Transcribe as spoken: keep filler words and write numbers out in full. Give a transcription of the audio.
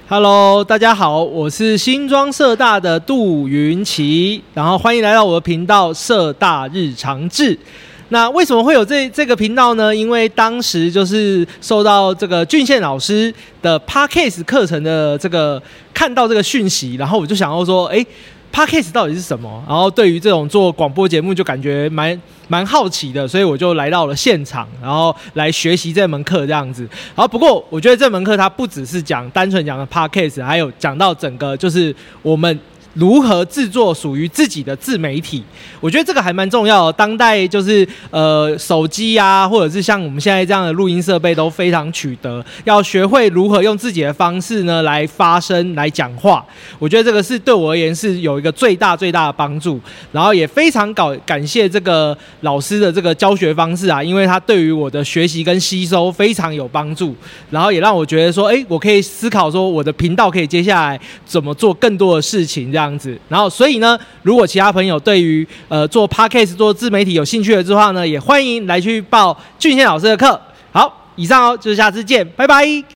Hello， 大家好，我是新庄社大的杜云奇，然后欢迎来到我的频道社大日常志。那为什么会有这这个频道呢？因为当时就是受到这个俊宪老师的 Podcast 课程的这个看到这个讯息，然后我就想要说，哎。Podcast 到底是什么？然后对于这种做广播节目就感觉蛮蛮好奇的，所以我就来到了现场，然后来学习这门课这样子。然后不过我觉得这门课它不只是讲单纯讲的 Podcast， 还有讲到整个就是我们如何制作属于自己的自媒体，我觉得这个还蛮重要的。当代就是呃手机啊，或者是像我们现在这样的录音设备都非常取得，要学会如何用自己的方式呢来发声、来讲话。我觉得这个是对我而言是有一个最大最大的帮助。然后也非常感感谢这个老师的这个教学方式啊，因为他对于我的学习跟吸收非常有帮助。然后也让我觉得说，哎，我可以思考说我的频道可以接下来怎么做更多的事情这样。这样子，然后所以呢，如果其他朋友对于呃做 Podcast 做自媒体有兴趣的话呢，也欢迎来去报俊宪老师的课。好，以上哦，就是下次见，拜拜。